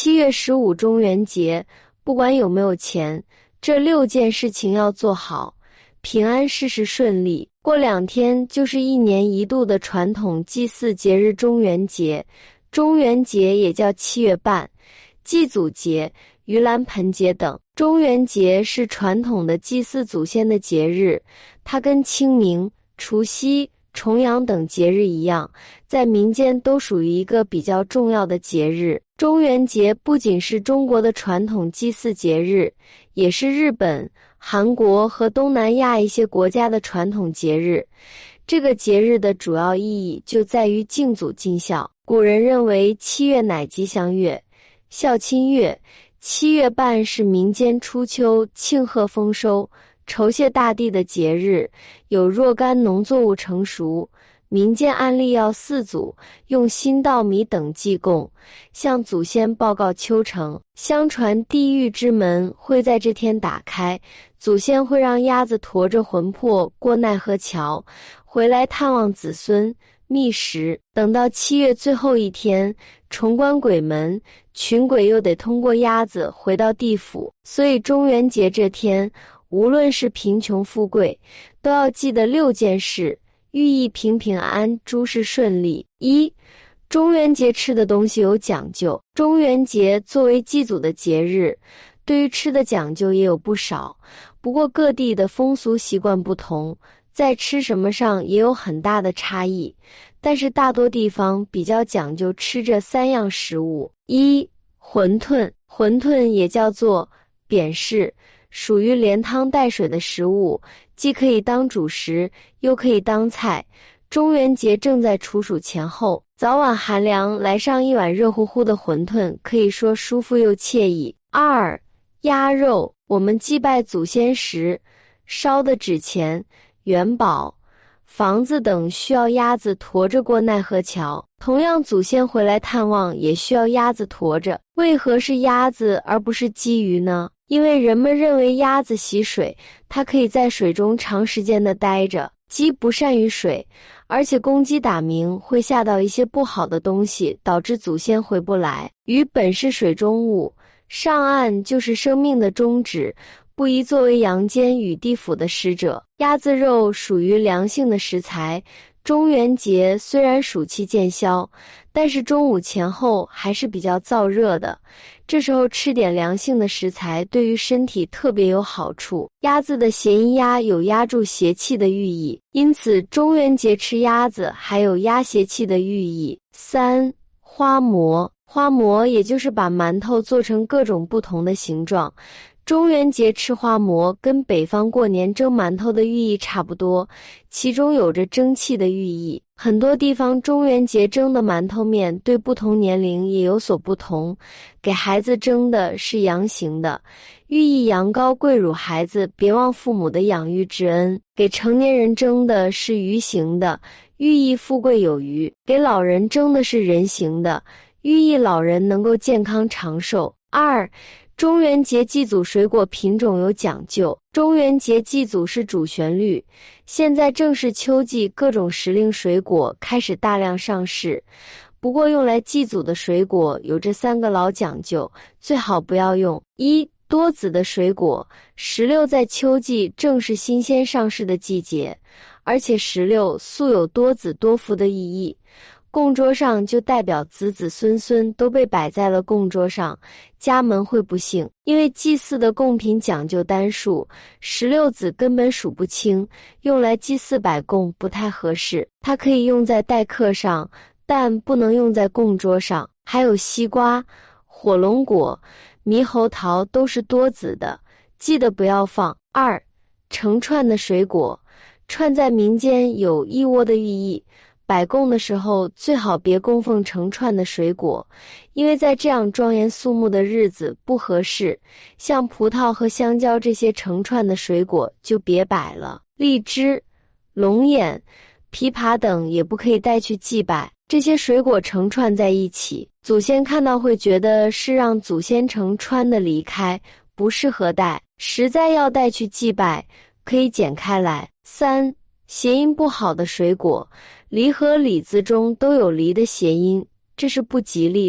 7月15中元节，不管有没有钱，这6件事情要做好，平安事事顺利。过2天就是1年1度的传统祭祀节日中元节。中元节也叫7月半、祭祖节、盂兰盆节等。中元节是传统的祭祀祖先的节日，它跟清明、除夕、重阳等节日一样，在民间都属于一个比较重要的节日。中元节不仅是中国的传统祭祀节日，也是日本、韩国和东南亚一些国家的传统节日。这个节日的主要意义就在于敬祖敬孝。古人认为7月乃吉祥月、孝亲月，7月半是民间初秋庆贺丰收、酬谢大地的节日，有若干农作物成熟，民间按例要祀祖，用新稻米等祭供，向祖先报告秋成。相传地狱之门会在这天打开，祖先会让鸭子驮着魂魄过奈何桥，回来探望子孙觅食。等到7月最后一天，重关鬼门，群鬼又得通过鸭子回到地府。所以中元节这天，无论是贫穷富贵，都要记得6件事，寓意平平安安，诸事顺利。1. 中元节吃的东西有讲究。中元节作为祭祖的节日，对于吃的讲究也有不少，不过各地的风俗习惯不同，在吃什么上也有很大的差异，但是大多地方比较讲究吃这3样食物。1. 馄饨。馄饨也叫做扁食，属于连汤带水的食物，既可以当主食，又可以当菜。中元节正在处暑前后，早晚寒凉，来上一碗热乎乎的馄饨，可以说舒服又惬意。2. 鸭肉。我们祭拜祖先时，烧的纸钱、元宝、房子等需要鸭子驮着过奈何桥，同样祖先回来探望也需要鸭子驮着。为何是鸭子而不是鲫鱼呢？因为人们认为鸭子喜水，它可以在水中长时间的待着。鸡不善于水，而且公鸡打鸣会吓到一些不好的东西，导致祖先回不来。鱼本是水中物，上岸就是生命的终止，不宜作为阳间与地府的使者。鸭子肉属于凉性的食材，中元节虽然暑气渐消，但是中午前后还是比较燥热的，这时候吃点凉性的食材对于身体特别有好处。鸭子的谐音鸭有压住邪气的寓意，因此中元节吃鸭子还有压邪气的寓意。3. 花馍。花馍也就是把馒头做成各种不同的形状。中元节吃花馍跟北方过年蒸馒头的寓意差不多，其中有着蒸汽的寓意。很多地方中元节蒸的馒头面对不同年龄也有所不同，给孩子蒸的是羊形的，寓意羊羔跪乳孩子别忘父母的养育之恩；给成年人蒸的是鱼形的，寓意富贵有余；给老人蒸的是人形的，寓意老人能够健康长寿。2. 中元节祭祖水果品种有讲究。中元节祭祖是主旋律，现在正是秋季，各种时令水果开始大量上市。不过用来祭祖的水果有这3个老讲究，最好不要用。1. 多籽的水果。石榴在秋季正是新鲜上市的季节，而且石榴素有多子多福的意义，供桌上就代表子子孙孙都被摆在了供桌上，家门会不幸。因为祭祀的贡品讲究单数，16子根本数不清，用来祭祀摆供不太合适。它可以用在待客上，但不能用在供桌上。还有西瓜、火龙果、猕猴桃都是多子的，记得不要放。2. 成串的水果。串在民间有一窝的寓意，摆供的时候最好别供奉成串的水果，因为在这样庄严肃穆的日子不合适，像葡萄和香蕉这些成串的水果就别摆了。荔枝、龙眼、枇杷等也不可以带去祭拜，这些水果成串在一起，祖先看到会觉得是让祖先成串的离开，不适合带，实在要带去祭拜，可以剪开来。3. 谐音不好的水果。梨和李字中都有梨的谐音，这是不吉利的。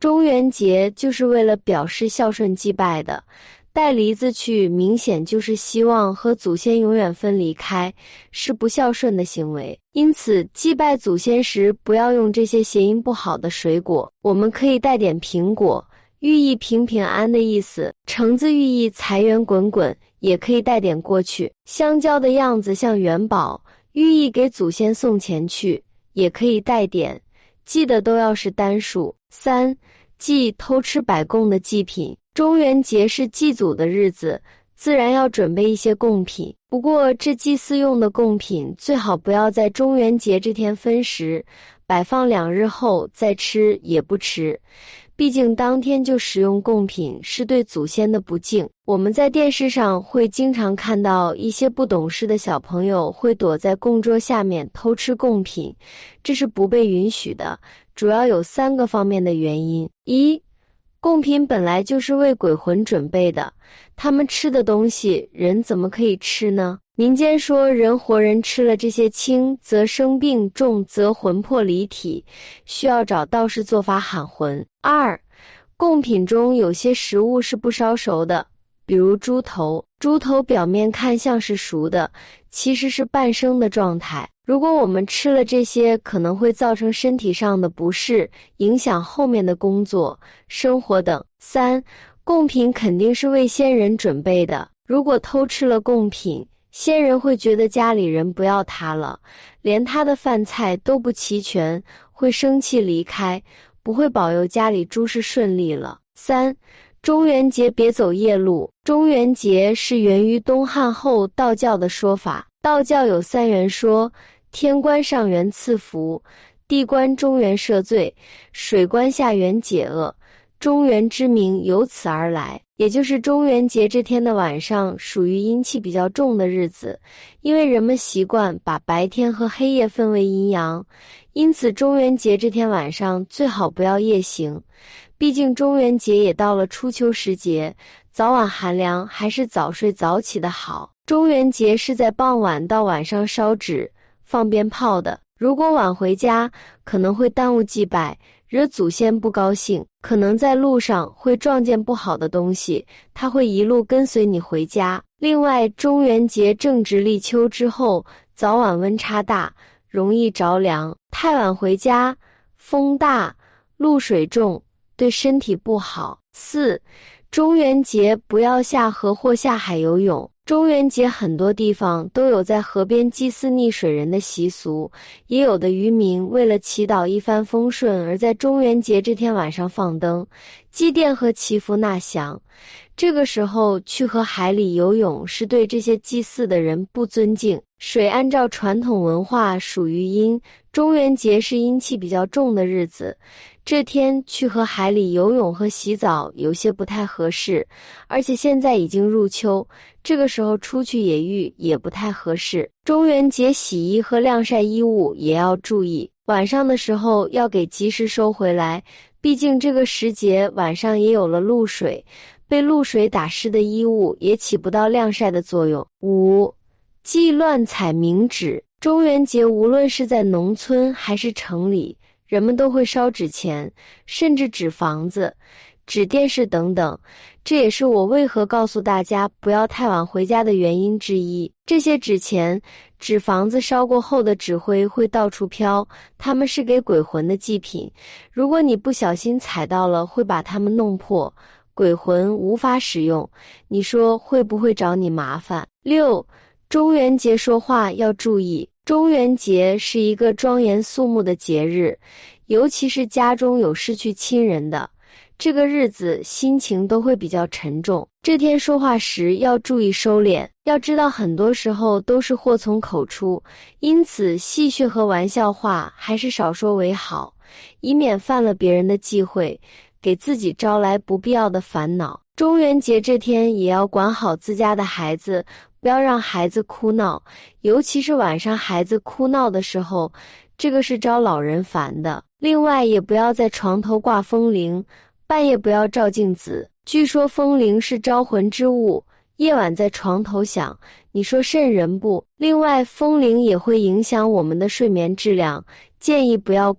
中元节就是为了表示孝顺祭拜的，带梨子去明显就是希望和祖先永远分离开，是不孝顺的行为。因此祭拜祖先时不要用这些谐音不好的水果，我们可以带点苹果，寓意平平安的意思，橙子寓意财源滚滚，也可以带点过去。香蕉的样子像元宝，寓意给祖先送钱去，也可以带点，记得都要是单数。3. 忌偷吃百供的祭品。中元节是祭祖的日子，自然要准备一些贡品。不过这祭祀用的贡品最好不要在中元节这天分食，摆放2日后再吃也不迟。毕竟当天就食用贡品是对祖先的不敬。我们在电视上会经常看到一些不懂事的小朋友会躲在供桌下面偷吃贡品，这是不被允许的。主要有3个方面的原因。1. 贡品本来就是为鬼魂准备的，他们吃的东西人怎么可以吃呢？民间说人活人吃了这些，轻则生病，重则魂魄离体，需要找道士做法喊魂。2. 贡品中有些食物是不烧熟的，比如猪头。猪头表面看像是熟的，其实是半生的状态。如果我们吃了这些，可能会造成身体上的不适，影响后面的工作、生活等。3. 贡品肯定是为先人准备的，如果偷吃了贡品，先人会觉得家里人不要他了，连他的饭菜都不齐全，会生气离开，不会保佑家里诸事顺利了。3. 中元节别走夜路。中元节是源于东汉后道教的说法，道教有3元说，天官上元赐福，地官中元赦罪，水官下元解厄，中元之名由此而来。也就是中元节这天的晚上属于阴气比较重的日子，因为人们习惯把白天和黑夜分为阴阳，因此中元节这天晚上最好不要夜行。毕竟中元节也到了初秋时节，早晚寒凉，还是早睡早起的好。中元节是在傍晚到晚上烧纸、放鞭炮的，如果晚回家，可能会耽误祭拜，惹祖先不高兴，可能在路上会撞见不好的东西，它会一路跟随你回家。另外，中元节正值立秋之后，早晚温差大，容易着凉，太晚回家，风大，露水重，对身体不好。4. 中元节不要下河或下海游泳。中元节很多地方都有在河边祭祀溺水人的习俗，也有的渔民为了祈祷一帆风顺而在中元节这天晚上放灯、祭奠和祈福纳祥。这个时候去河海里游泳是对这些祭祀的人不尊敬。水按照传统文化属于阴，中元节是阴气比较重的日子，这天去河海里游泳和洗澡有些不太合适，而且现在已经入秋，这个时候出去野浴也不太合适。中元节洗衣和晾晒衣物也要注意，晚上的时候要给及时收回来，毕竟这个时节晚上也有了露水，被露水打湿的衣物也起不到晾晒的作用。5. 忌乱踩冥纸。中元节无论是在农村还是城里，人们都会烧纸钱，甚至纸房子、纸电视等等，这也是我为何告诉大家不要太晚回家的原因之一。这些纸钱、纸房子烧过后的纸灰会到处飘，它们是给鬼魂的祭品，如果你不小心踩到了，会把它们弄破，鬼魂无法使用，你说会不会找你麻烦？6. 中元节说话要注意。中元节是一个庄严肃穆的节日，尤其是家中有失去亲人的，这个日子心情都会比较沉重。这天说话时要注意收敛，要知道很多时候都是祸从口出，因此戏谑和玩笑话还是少说为好，以免犯了别人的忌讳，给自己招来不必要的烦恼。中元节这天也要管好自家的孩子，不要让孩子哭闹，尤其是晚上孩子哭闹的时候，这个是招老人烦的。另外也不要在床头挂风铃，半夜不要照镜子，据说风铃是招魂之物，夜晚在床头响，你说瘆人不？另外风铃也会影响我们的睡眠质量，建议不要挂。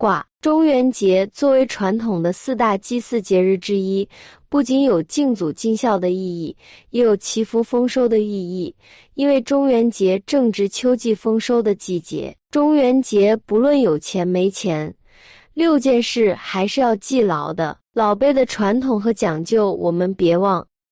中元节作为传统的4大祭祀节日之一，不仅有敬祖敬孝的意义，也有祈福丰收的寓意。因为中元节正值秋季丰收的季节，中元节不论有钱没钱，6件事还是要记牢的。老辈的传统和讲究我们别忘，